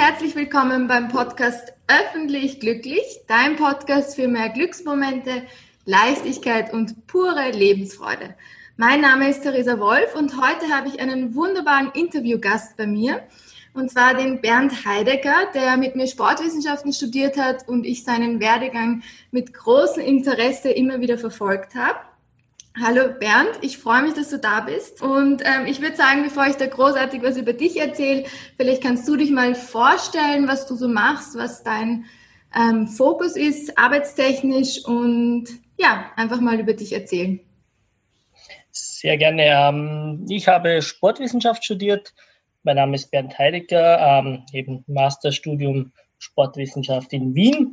herzlich willkommen beim Podcast Öffentlich Glücklich, dein Podcast für mehr Glücksmomente, Leichtigkeit und pure Lebensfreude. Mein Name ist Theresa Wolf und heute habe ich einen wunderbaren Interviewgast bei mir, und zwar den Bernd Heidecker, der mit mir Sportwissenschaften studiert hat und ich seinen Werdegang mit großem Interesse immer wieder verfolgt habe. Hallo Bernd, ich freue mich, dass du da bist und ich würde sagen, bevor ich da großartig was über dich erzähle, vielleicht kannst du dich mal vorstellen, was du so machst, was dein Fokus ist, arbeitstechnisch und ja, einfach mal über dich erzählen. Sehr gerne. Ich habe Sportwissenschaft studiert. Mein Name ist Bernd Heidecker, eben Masterstudium Sportwissenschaft in Wien.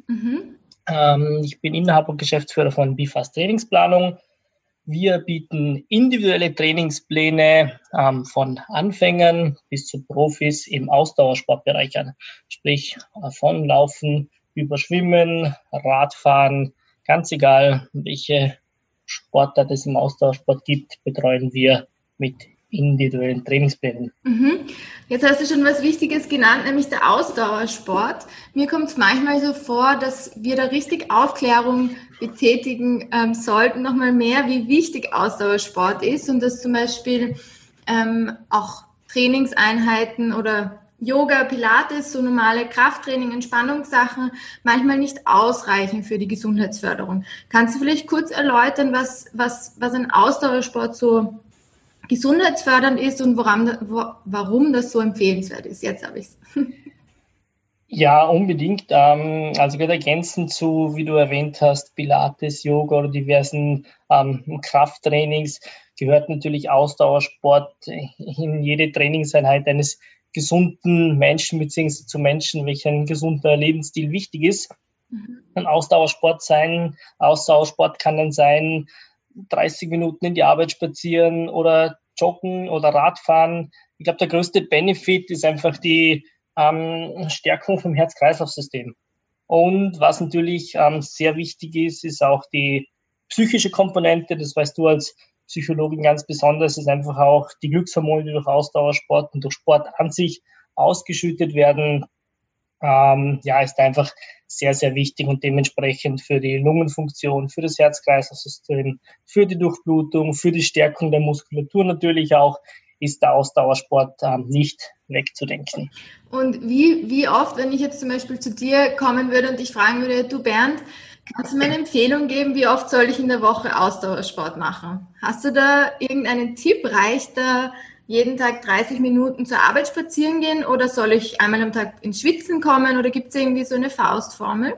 Ich bin Inhaber und Geschäftsführer von BIFAS Trainingsplanung. Wir bieten individuelle Trainingspläne von Anfängern bis zu Profis im Ausdauersportbereich an. Sprich, von Laufen über Schwimmen, Radfahren, ganz egal, welche Sportart es im Ausdauersport gibt, betreuen wir mit individuellen Trainingsplänen. Jetzt hast du schon was Wichtiges genannt, nämlich der Ausdauersport. Mir kommt es manchmal so vor, dass wir da richtig Aufklärung betätigen sollten, nochmal mehr, wie wichtig Ausdauersport ist und dass zum Beispiel auch Trainingseinheiten oder Yoga, Pilates, so normale Krafttraining, Entspannungssachen manchmal nicht ausreichen für die Gesundheitsförderung. Kannst du vielleicht kurz erläutern, was ein Ausdauersport so gesundheitsfördernd ist und warum das so empfehlenswert ist? Jetzt habe ich es. Ja, unbedingt. Also gerade ergänzend zu, wie du erwähnt hast, Pilates, Yoga oder diversen Krafttrainings, gehört natürlich Ausdauersport in jede Trainingseinheit eines gesunden Menschen bzw. zu Menschen, welcher ein gesunder Lebensstil wichtig ist. Ein Ausdauersport kann dann sein, 30 Minuten in die Arbeit spazieren oder joggen oder Radfahren. Ich glaube, der größte Benefit ist einfach die Stärkung vom Herz-Kreislauf-System. Und was natürlich sehr wichtig ist, ist auch die psychische Komponente. Das weißt du als Psychologin ganz besonders, ist einfach auch die Glückshormone, die durch Ausdauersport und durch Sport an sich ausgeschüttet werden. Ist einfach sehr, sehr wichtig und dementsprechend für die Lungenfunktion, für das Herz-Kreislauf-System, für die Durchblutung, für die Stärkung der Muskulatur natürlich auch, ist der Ausdauersport nicht wegzudenken. Und wie oft, wenn ich jetzt zum Beispiel zu dir kommen würde und dich fragen würde, du Bernd, kannst du mir eine Empfehlung geben, wie oft soll ich in der Woche Ausdauersport machen? Hast du da irgendeinen Tipp? Reicht da jeden Tag 30 Minuten zur Arbeit spazieren gehen oder soll ich einmal am Tag ins Schwitzen kommen oder gibt es irgendwie so eine Faustformel?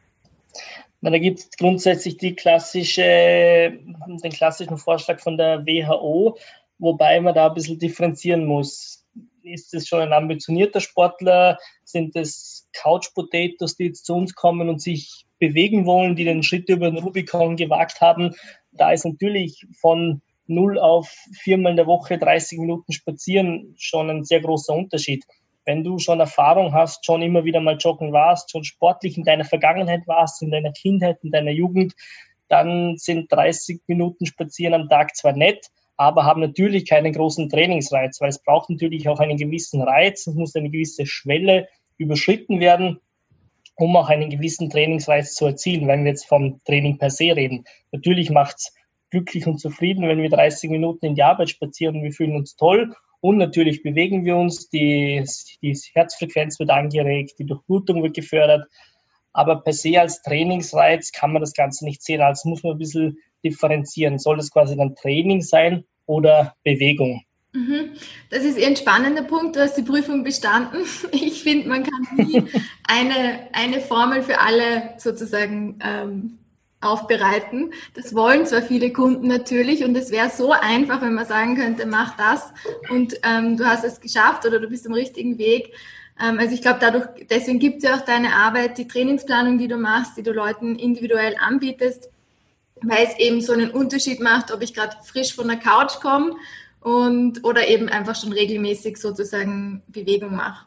Da gibt es grundsätzlich den klassischen Vorschlag von der WHO, wobei man da ein bisschen differenzieren muss. Ist es schon ein ambitionierter Sportler? Sind es Couch-Potatoes, die jetzt zu uns kommen und sich bewegen wollen, die den Schritt über den Rubikon gewagt haben? Da ist natürlich von 0 auf 4-mal in der Woche 30 Minuten spazieren schon ein sehr großer Unterschied. Wenn du schon Erfahrung hast, schon immer wieder mal joggen warst, schon sportlich in deiner Vergangenheit warst, in deiner Kindheit, in deiner Jugend, dann sind 30 Minuten spazieren am Tag zwar nett, aber haben natürlich keinen großen Trainingsreiz, weil es braucht natürlich auch einen gewissen Reiz, es muss eine gewisse Schwelle überschritten werden, um auch einen gewissen Trainingsreiz zu erzielen, wenn wir jetzt vom Training per se reden. Natürlich macht es glücklich und zufrieden, wenn wir 30 Minuten in die Arbeit spazieren und wir fühlen uns toll und natürlich bewegen wir uns, die Herzfrequenz wird angeregt, die Durchblutung wird gefördert, aber per se als Trainingsreiz kann man das Ganze nicht sehen, also muss man ein bisschen differenzieren. Soll das quasi dann Training sein oder Bewegung? Das ist ein spannender Punkt, du hast die Prüfung bestanden. Ich finde, man kann nie eine Formel für alle sozusagen aufbereiten. Das wollen zwar viele Kunden natürlich und es wäre so einfach, wenn man sagen könnte, mach das und du hast es geschafft oder du bist am richtigen Weg. Also ich glaube, deswegen gibt es ja auch deine Arbeit, die Trainingsplanung, die du machst, die du Leuten individuell anbietest, weil es eben so einen Unterschied macht, ob ich gerade frisch von der Couch komme oder eben einfach schon regelmäßig sozusagen Bewegung mache.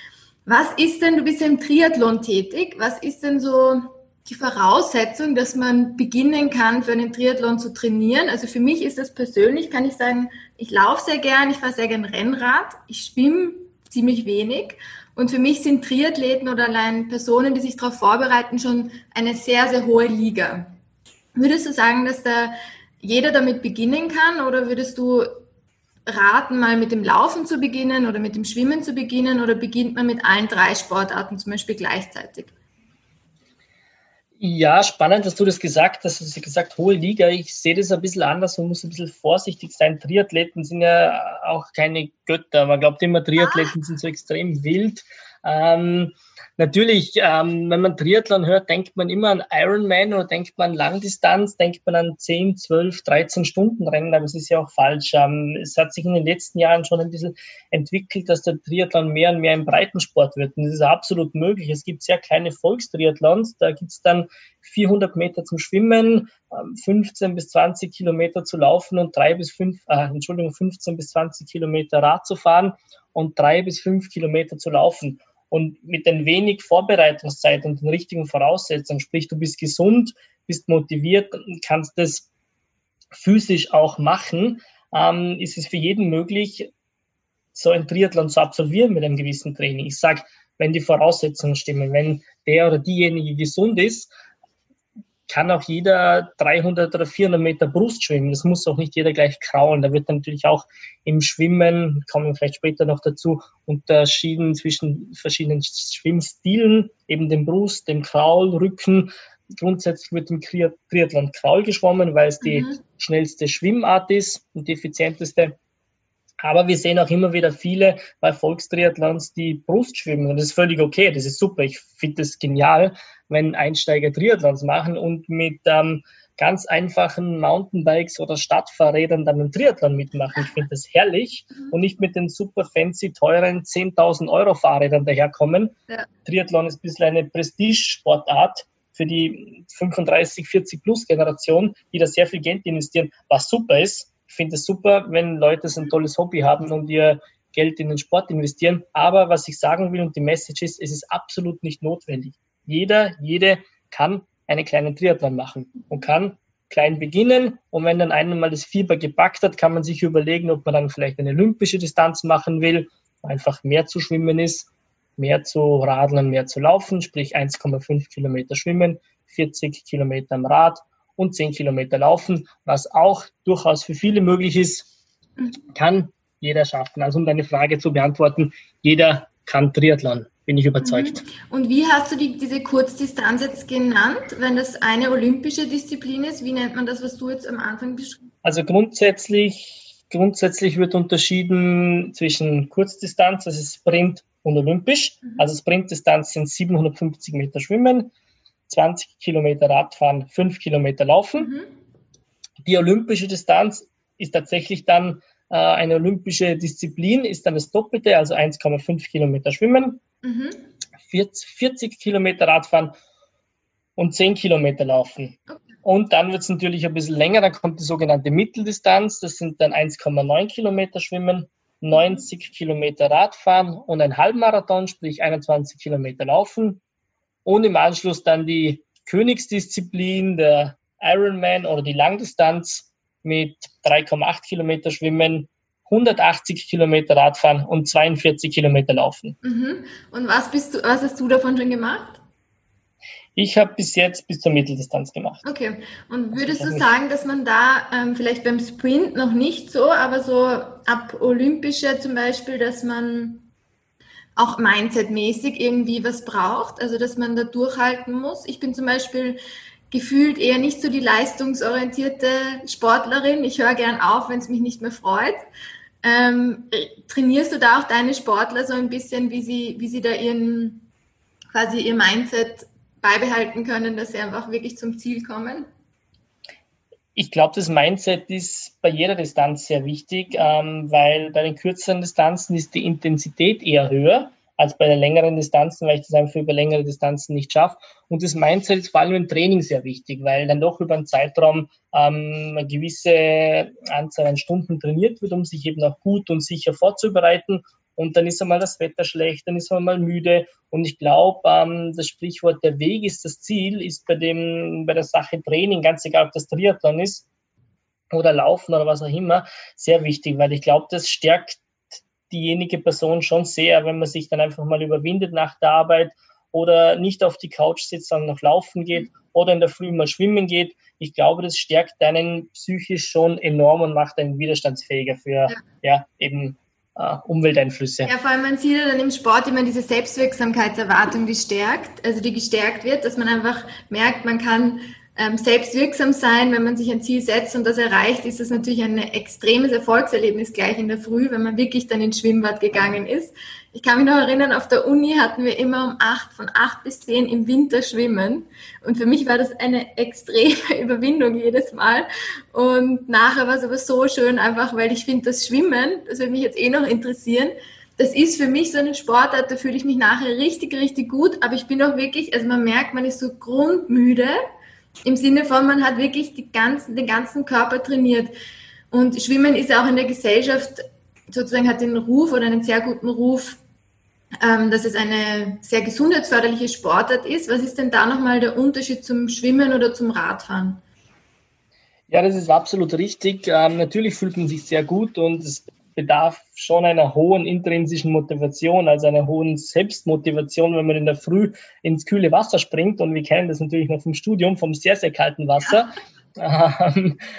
Du bist ja im Triathlon tätig, was ist denn so die Voraussetzung, dass man beginnen kann, für einen Triathlon zu trainieren? Also für mich ist das persönlich, kann ich sagen, ich laufe sehr gern, ich fahre sehr gern Rennrad, ich schwimme ziemlich wenig Und für mich sind Triathleten oder allein Personen, die sich darauf vorbereiten, schon eine sehr, sehr hohe Liga. Würdest du sagen, dass da jeder damit beginnen kann oder würdest du raten, mal mit dem Laufen zu beginnen oder mit dem Schwimmen zu beginnen oder beginnt man mit allen 3 Sportarten zum Beispiel gleichzeitig? Ja, spannend, dass du das gesagt hast. Du hast gesagt, hohe Liga. Ich sehe das ein bisschen anders und muss ein bisschen vorsichtig sein. Triathleten sind ja auch keine Götter. Man glaubt immer, Triathleten sind so extrem wild. Natürlich, wenn man Triathlon hört, denkt man immer an Ironman oder denkt man an Langdistanz, denkt man an 10, 12, 13 Stunden Rennen, aber es ist ja auch falsch. Es hat sich in den letzten Jahren schon ein bisschen entwickelt, dass der Triathlon mehr und mehr ein Breitensport wird. Und das ist absolut möglich. Es gibt sehr kleine Volkstriathlons, da gibt es dann 400 Meter zum Schwimmen, 15 bis 20 Kilometer zu laufen und 15 bis 20 Kilometer Rad zu fahren und 3 bis 5 Kilometer zu laufen. Und mit ein wenig Vorbereitungszeit und den richtigen Voraussetzungen, sprich du bist gesund, bist motiviert und kannst das physisch auch machen, ist es für jeden möglich, so ein Triathlon zu absolvieren mit einem gewissen Training. Ich sage, wenn die Voraussetzungen stimmen, wenn der oder diejenige gesund ist, kann auch jeder 300 oder 400 Meter Brust schwimmen. Das muss auch nicht jeder gleich kraulen. Da wird natürlich auch im Schwimmen, kommen wir vielleicht später noch dazu, unterschieden zwischen verschiedenen Schwimmstilen, eben dem Brust, dem Kraul, Rücken. Grundsätzlich wird im Triathlon Kraul geschwommen, weil es die schnellste Schwimmart ist und die effizienteste. Aber wir sehen auch immer wieder viele bei Volkstriathlons, die Brust schwimmen. Und das ist völlig okay, das ist super. Ich finde das genial, wenn Einsteiger Triathlons machen und mit ganz einfachen Mountainbikes oder Stadtfahrrädern dann einen Triathlon mitmachen. Ich finde das herrlich und nicht mit den super fancy, teuren 10.000 Euro Fahrrädern daherkommen. Ja. Triathlon ist ein bisschen eine Prestigesportart für die 35, 40 plus Generation, die da sehr viel Geld investieren, was super ist. Ich finde es super, wenn Leute so ein tolles Hobby haben und ihr Geld in den Sport investieren. Aber was ich sagen will und die Message ist, es ist absolut nicht notwendig. Jede kann einen kleinen Triathlon machen und kann klein beginnen. Und wenn dann einmal das Fieber gepackt hat, kann man sich überlegen, ob man dann vielleicht eine olympische Distanz machen will, wo einfach mehr zu schwimmen ist, mehr zu radeln, mehr zu laufen, sprich 1,5 Kilometer schwimmen, 40 Kilometer am Rad und 10 Kilometer laufen, was auch durchaus für viele möglich ist, kann jeder schaffen. Also um deine Frage zu beantworten, jeder kann Triathlon, bin ich überzeugt. Und wie hast du diese Kurzdistanz jetzt genannt, wenn das eine olympische Disziplin ist? Wie nennt man das, was du jetzt am Anfang beschrieben hast? Also grundsätzlich wird unterschieden zwischen Kurzdistanz, das ist Sprint und olympisch. Also Sprintdistanz sind 750 Meter Schwimmen, 20 Kilometer Radfahren, 5 Kilometer Laufen. Die olympische Distanz ist tatsächlich dann eine olympische Disziplin, ist dann das Doppelte, also 1,5 Kilometer Schwimmen, 40 Kilometer Radfahren und 10 Kilometer Laufen. Okay. Und dann wird es natürlich ein bisschen länger, dann kommt die sogenannte Mitteldistanz, das sind dann 1,9 Kilometer Schwimmen, 90 Kilometer Radfahren und ein Halbmarathon, sprich 21 Kilometer Laufen. Und im Anschluss dann die Königsdisziplin, der Ironman oder die Langdistanz mit 3,8 Kilometer Schwimmen, 180 Kilometer Radfahren und 42 Kilometer Laufen. Und was hast du davon schon gemacht? Ich habe bis jetzt bis zur Mitteldistanz gemacht. Okay. Und würdest du sagen, dass man da vielleicht beim Sprint noch nicht so, aber so ab Olympische zum Beispiel, dass man auch mindsetmäßig irgendwie was braucht, also dass man da durchhalten muss? Ich bin zum Beispiel gefühlt eher nicht so die leistungsorientierte Sportlerin. Ich höre gern auf, wenn es mich nicht mehr freut. Trainierst du da auch deine Sportler so ein bisschen, wie sie da ihr Mindset beibehalten können, dass sie einfach wirklich zum Ziel kommen? Ich glaube, das Mindset ist bei jeder Distanz sehr wichtig, weil bei den kürzeren Distanzen ist die Intensität eher höher als bei den längeren Distanzen, weil ich das einfach über längere Distanzen nicht schaffe. Und das Mindset ist vor allem im Training sehr wichtig, weil dann doch über einen Zeitraum eine gewisse Anzahl an Stunden trainiert wird, um sich eben auch gut und sicher vorzubereiten. Und dann ist einmal das Wetter schlecht, dann ist man mal müde. Und ich glaube, das Sprichwort, der Weg ist das Ziel, ist bei der Sache Training, ganz egal, ob das Triathlon ist oder Laufen oder was auch immer, sehr wichtig, weil ich glaube, das stärkt diejenige Person schon sehr, wenn man sich dann einfach mal überwindet nach der Arbeit oder nicht auf die Couch sitzt, sondern noch laufen geht oder in der Früh mal schwimmen geht. Ich glaube, das stärkt einen psychisch schon enorm und macht einen widerstandsfähiger für eben Umwelteinflüsse. Ja, vor allem man sieht ja dann im Sport immer diese Selbstwirksamkeitserwartung, die gestärkt wird, dass man einfach merkt, man kann selbstwirksam sein, wenn man sich ein Ziel setzt und das erreicht, ist das natürlich ein extremes Erfolgserlebnis gleich in der Früh, wenn man wirklich dann ins Schwimmbad gegangen ist. Ich kann mich noch erinnern, auf der Uni hatten wir immer von 8 bis 10 im Winter schwimmen und für mich war das eine extreme Überwindung jedes Mal und nachher war es aber so schön einfach, weil ich finde, das Schwimmen, das würde mich jetzt noch interessieren, das ist für mich so eine Sportart, da fühle ich mich nachher richtig, richtig gut, aber ich bin auch wirklich, also man merkt, man ist so grundmüde, im Sinne von, man hat wirklich den ganzen Körper trainiert. Und Schwimmen ist ja auch in der Gesellschaft sozusagen hat den Ruf oder einen sehr guten Ruf, dass es eine sehr gesundheitsförderliche Sportart ist. Was ist denn da nochmal der Unterschied zum Schwimmen oder zum Radfahren? Ja, das ist absolut richtig. Natürlich fühlt man sich sehr gut und es bedarf schon einer hohen intrinsischen Motivation, also einer hohen Selbstmotivation, wenn man in der Früh ins kühle Wasser springt. Und wir kennen das natürlich noch vom Studium, vom sehr, sehr kalten Wasser. Ja.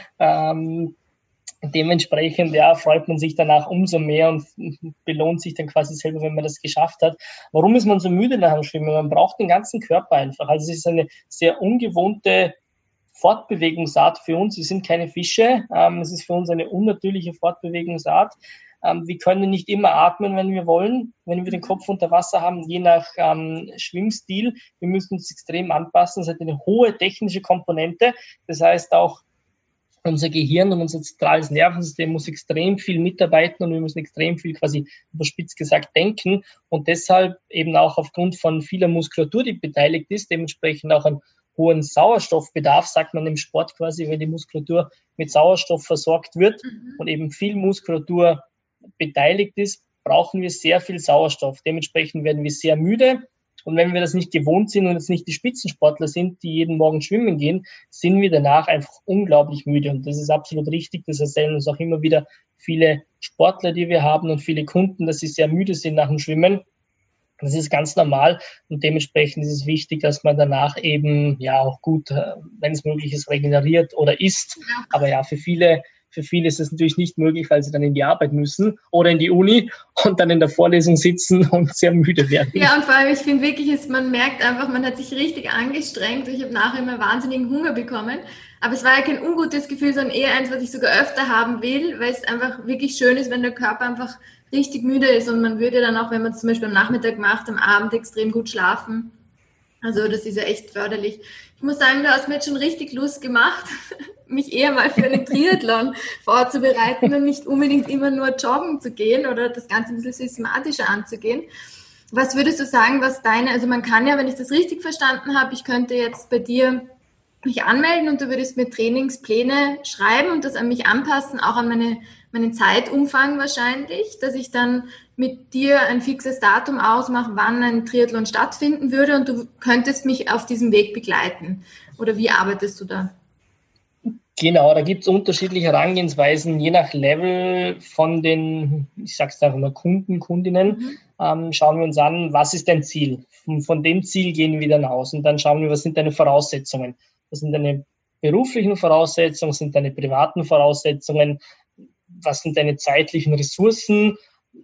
Dementsprechend freut man sich danach umso mehr und belohnt sich dann quasi selber, wenn man das geschafft hat. Warum ist man so müde nach dem Schwimmen? Man braucht den ganzen Körper einfach. Also es ist eine sehr ungewohnte Fortbewegungsart für uns. Wir sind keine Fische. Es ist für uns eine unnatürliche Fortbewegungsart. Wir können nicht immer atmen, wenn wir wollen, wenn wir den Kopf unter Wasser haben, je nach Schwimmstil. Wir müssen uns extrem anpassen. Es hat eine hohe technische Komponente. Das heißt auch, unser Gehirn und unser zentrales Nervensystem muss extrem viel mitarbeiten und wir müssen extrem viel quasi überspitzt gesagt denken und deshalb eben auch aufgrund von vieler Muskulatur, die beteiligt ist, dementsprechend auch einen hohen Sauerstoffbedarf, sagt man im Sport quasi, wenn die Muskulatur mit Sauerstoff versorgt wird und eben viel Muskulatur beteiligt ist, brauchen wir sehr viel Sauerstoff. Dementsprechend werden wir sehr müde. Und wenn wir das nicht gewohnt sind und jetzt nicht die Spitzensportler sind, die jeden Morgen schwimmen gehen, sind wir danach einfach unglaublich müde. Und das ist absolut richtig. Das erzählen uns auch immer wieder viele Sportler, die wir haben und viele Kunden, dass sie sehr müde sind nach dem Schwimmen. Das ist ganz normal und dementsprechend ist es wichtig, dass man danach eben auch gut, wenn es möglich ist, regeneriert oder isst. Aber für viele ist es natürlich nicht möglich, weil sie dann in die Arbeit müssen oder in die Uni und dann in der Vorlesung sitzen und sehr müde werden. Ja, und vor allem, ich finde wirklich, man merkt einfach, man hat sich richtig angestrengt. Ich habe nachher immer wahnsinnigen Hunger bekommen. Aber es war ja kein ungutes Gefühl, sondern eher eins, was ich sogar öfter haben will, weil es einfach wirklich schön ist, wenn der Körper einfach richtig müde ist und man würde dann auch, wenn man es zum Beispiel am Nachmittag macht, am Abend extrem gut schlafen. Also das ist ja echt förderlich. Ich muss sagen, du hast mir jetzt schon richtig Lust gemacht, mich eher mal für einen Triathlon vorzubereiten und nicht unbedingt immer nur joggen zu gehen oder das Ganze ein bisschen systematischer anzugehen. Was würdest du sagen, also man kann ja, wenn ich das richtig verstanden habe, ich könnte jetzt bei dir mich anmelden und du würdest mir Trainingspläne schreiben und das an mich anpassen, auch an meinen Zeitumfang wahrscheinlich, dass ich dann mit dir ein fixes Datum ausmache, wann ein Triathlon stattfinden würde und du könntest mich auf diesem Weg begleiten. Oder wie arbeitest du da? Genau, da gibt es unterschiedliche Herangehensweisen, je nach Level von den, ich sage es einfach mal, Kundinnen. Schauen wir uns an, was ist dein Ziel? Von dem Ziel gehen wir dann aus und dann schauen wir, was sind deine Voraussetzungen? Was sind deine beruflichen Voraussetzungen, sind deine privaten Voraussetzungen, was sind deine zeitlichen Ressourcen,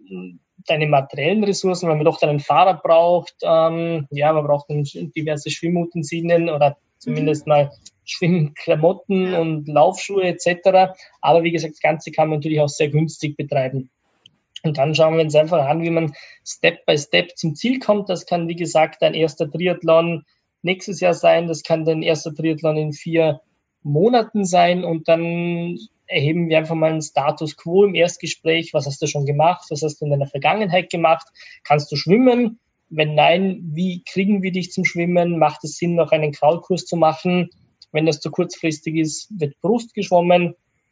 deine materiellen Ressourcen, weil man doch dann ein Fahrrad braucht, man braucht diverse Schwimmutensilien oder zumindest mal Schwimmklamotten und Laufschuhe etc. Aber wie gesagt, das Ganze kann man natürlich auch sehr günstig betreiben. Und dann schauen wir uns einfach an, wie man Step by Step zum Ziel kommt. Das kann, wie gesagt, ein erster Triathlon nächstes Jahr sein. Das kann dein erster Triathlon in 4 Monaten sein. Und dann erheben wir einfach mal einen Status Quo im Erstgespräch. Was hast du schon gemacht? Was hast du in deiner Vergangenheit gemacht? Kannst du schwimmen? Wenn nein, wie kriegen wir dich zum Schwimmen? Macht es Sinn, noch einen Kraulkurs zu machen? Wenn das zu kurzfristig ist, wird Brust geschwommen.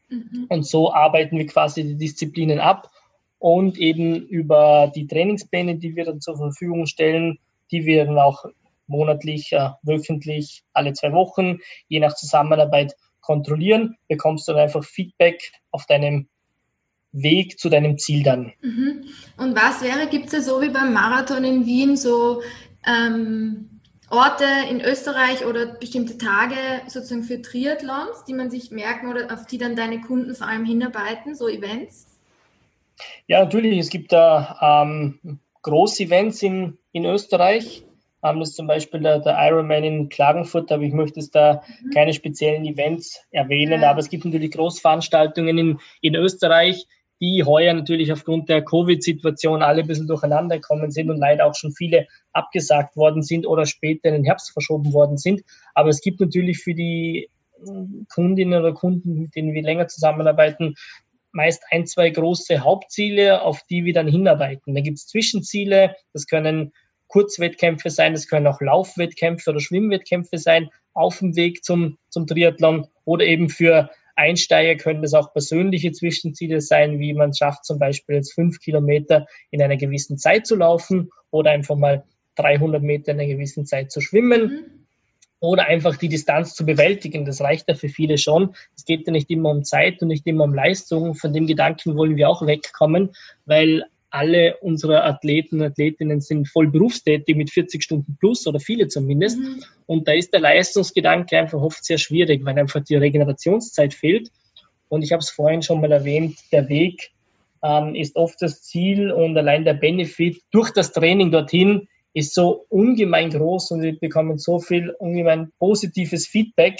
Und so arbeiten wir quasi die Disziplinen ab und eben über die Trainingspläne, die wir dann zur Verfügung stellen, die wir dann auch monatlich, wöchentlich, alle 2 Wochen, je nach Zusammenarbeit kontrollieren, bekommst du dann einfach Feedback auf deinem Weg zu deinem Ziel dann. Und was gibt es ja so wie beim Marathon in Wien so Orte in Österreich oder bestimmte Tage sozusagen für Triathlons, die man sich merken oder auf die dann deine Kunden vor allem hinarbeiten, so Events? Ja, natürlich. Es gibt da Groß-Events in Österreich. Das ist zum Beispiel der Ironman in Klagenfurt, aber ich möchte jetzt da keine speziellen Events erwähnen. Ja. Aber es gibt natürlich Großveranstaltungen in Österreich, die heuer natürlich aufgrund der Covid-Situation alle ein bisschen durcheinander gekommen sind und leider auch schon viele abgesagt worden sind oder später in den Herbst verschoben worden sind. Aber es gibt natürlich für die Kundinnen oder Kunden, mit denen wir länger zusammenarbeiten, meist 1, 2 große Hauptziele, auf die wir dann hinarbeiten. Da gibt es Zwischenziele, das können Kurzwettkämpfe sein, das können auch Laufwettkämpfe oder Schwimmwettkämpfe sein, auf dem Weg zum Triathlon oder eben für Einsteiger können das auch persönliche Zwischenziele sein, wie man es schafft, zum Beispiel jetzt 5 Kilometer in einer gewissen Zeit zu laufen oder einfach mal 300 Meter in einer gewissen Zeit zu schwimmen oder einfach die Distanz zu bewältigen. Das reicht ja für viele schon. Es geht ja nicht immer um Zeit und nicht immer um Leistung. Von dem Gedanken wollen wir auch wegkommen, weil alle unsere Athleten und Athletinnen sind voll berufstätig mit 40 Stunden plus oder viele zumindest. Und da ist der Leistungsgedanke einfach oft sehr schwierig, weil einfach die Regenerationszeit fehlt. Und ich habe es vorhin schon mal erwähnt, der Weg ist oft das Ziel und allein der Benefit durch das Training dorthin ist so ungemein groß und wir bekommen so viel ungemein positives Feedback,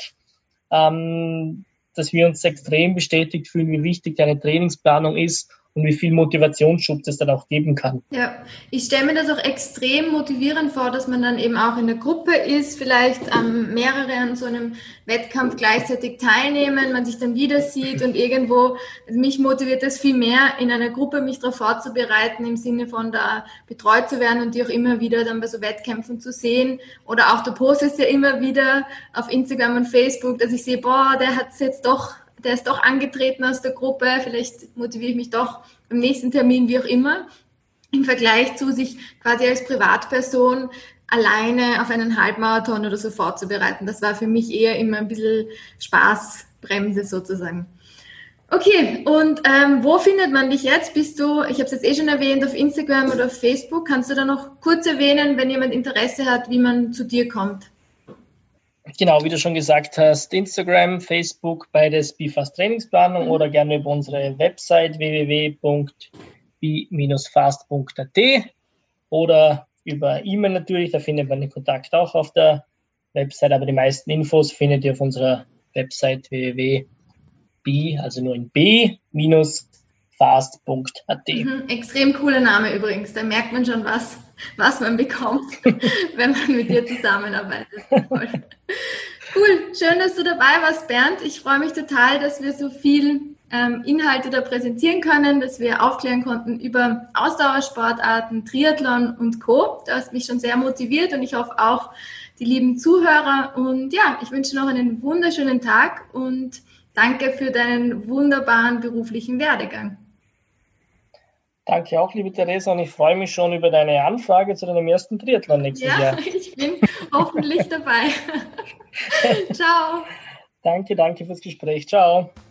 dass wir uns extrem bestätigt fühlen, wie wichtig eine Trainingsplanung ist und wie viel Motivationsschub es dann auch geben kann. Ja, ich stelle mir das auch extrem motivierend vor, dass man dann eben auch in der Gruppe ist, vielleicht mehrere an so einem Wettkampf gleichzeitig teilnehmen, man sich dann wieder sieht und irgendwo, also mich motiviert das viel mehr, in einer Gruppe mich darauf vorzubereiten, im Sinne von da betreut zu werden und die auch immer wieder dann bei so Wettkämpfen zu sehen. Oder auch du postest ja immer wieder auf Instagram und Facebook, dass ich sehe, der ist doch angetreten aus der Gruppe, vielleicht motiviere ich mich doch beim nächsten Termin, wie auch immer, im Vergleich zu sich quasi als Privatperson alleine auf einen Halbmarathon oder so vorzubereiten. Das war für mich eher immer ein bisschen Spaßbremse sozusagen. Okay, und wo findet man dich jetzt? Ich habe es jetzt schon erwähnt, auf Instagram oder auf Facebook. Kannst du da noch kurz erwähnen, wenn jemand Interesse hat, wie man zu dir kommt? Genau, wie du schon gesagt hast, Instagram, Facebook, beides BeFast Trainingsplanung oder gerne über unsere Website www.be-fast.at oder über E-Mail natürlich, da findet man den Kontakt auch auf der Website, aber die meisten Infos findet ihr auf unserer Website www.be, also nur in b-fast.at. Extrem cooler Name übrigens, da merkt man schon was man bekommt, wenn man mit dir zusammenarbeitet. Cool, schön, dass du dabei warst, Bernd. Ich freue mich total, dass wir so viel Inhalte da präsentieren können, dass wir aufklären konnten über Ausdauersportarten, Triathlon und Co. Du hast mich schon sehr motiviert und ich hoffe auch die lieben Zuhörer. Und ja, ich wünsche noch einen wunderschönen Tag und danke für deinen wunderbaren beruflichen Werdegang. Danke auch, liebe Theresa, und ich freue mich schon über deine Anfrage zu deinem ersten Triathlon nächstes Jahr. Ja, ich bin hoffentlich dabei. Ciao. Danke fürs Gespräch. Ciao.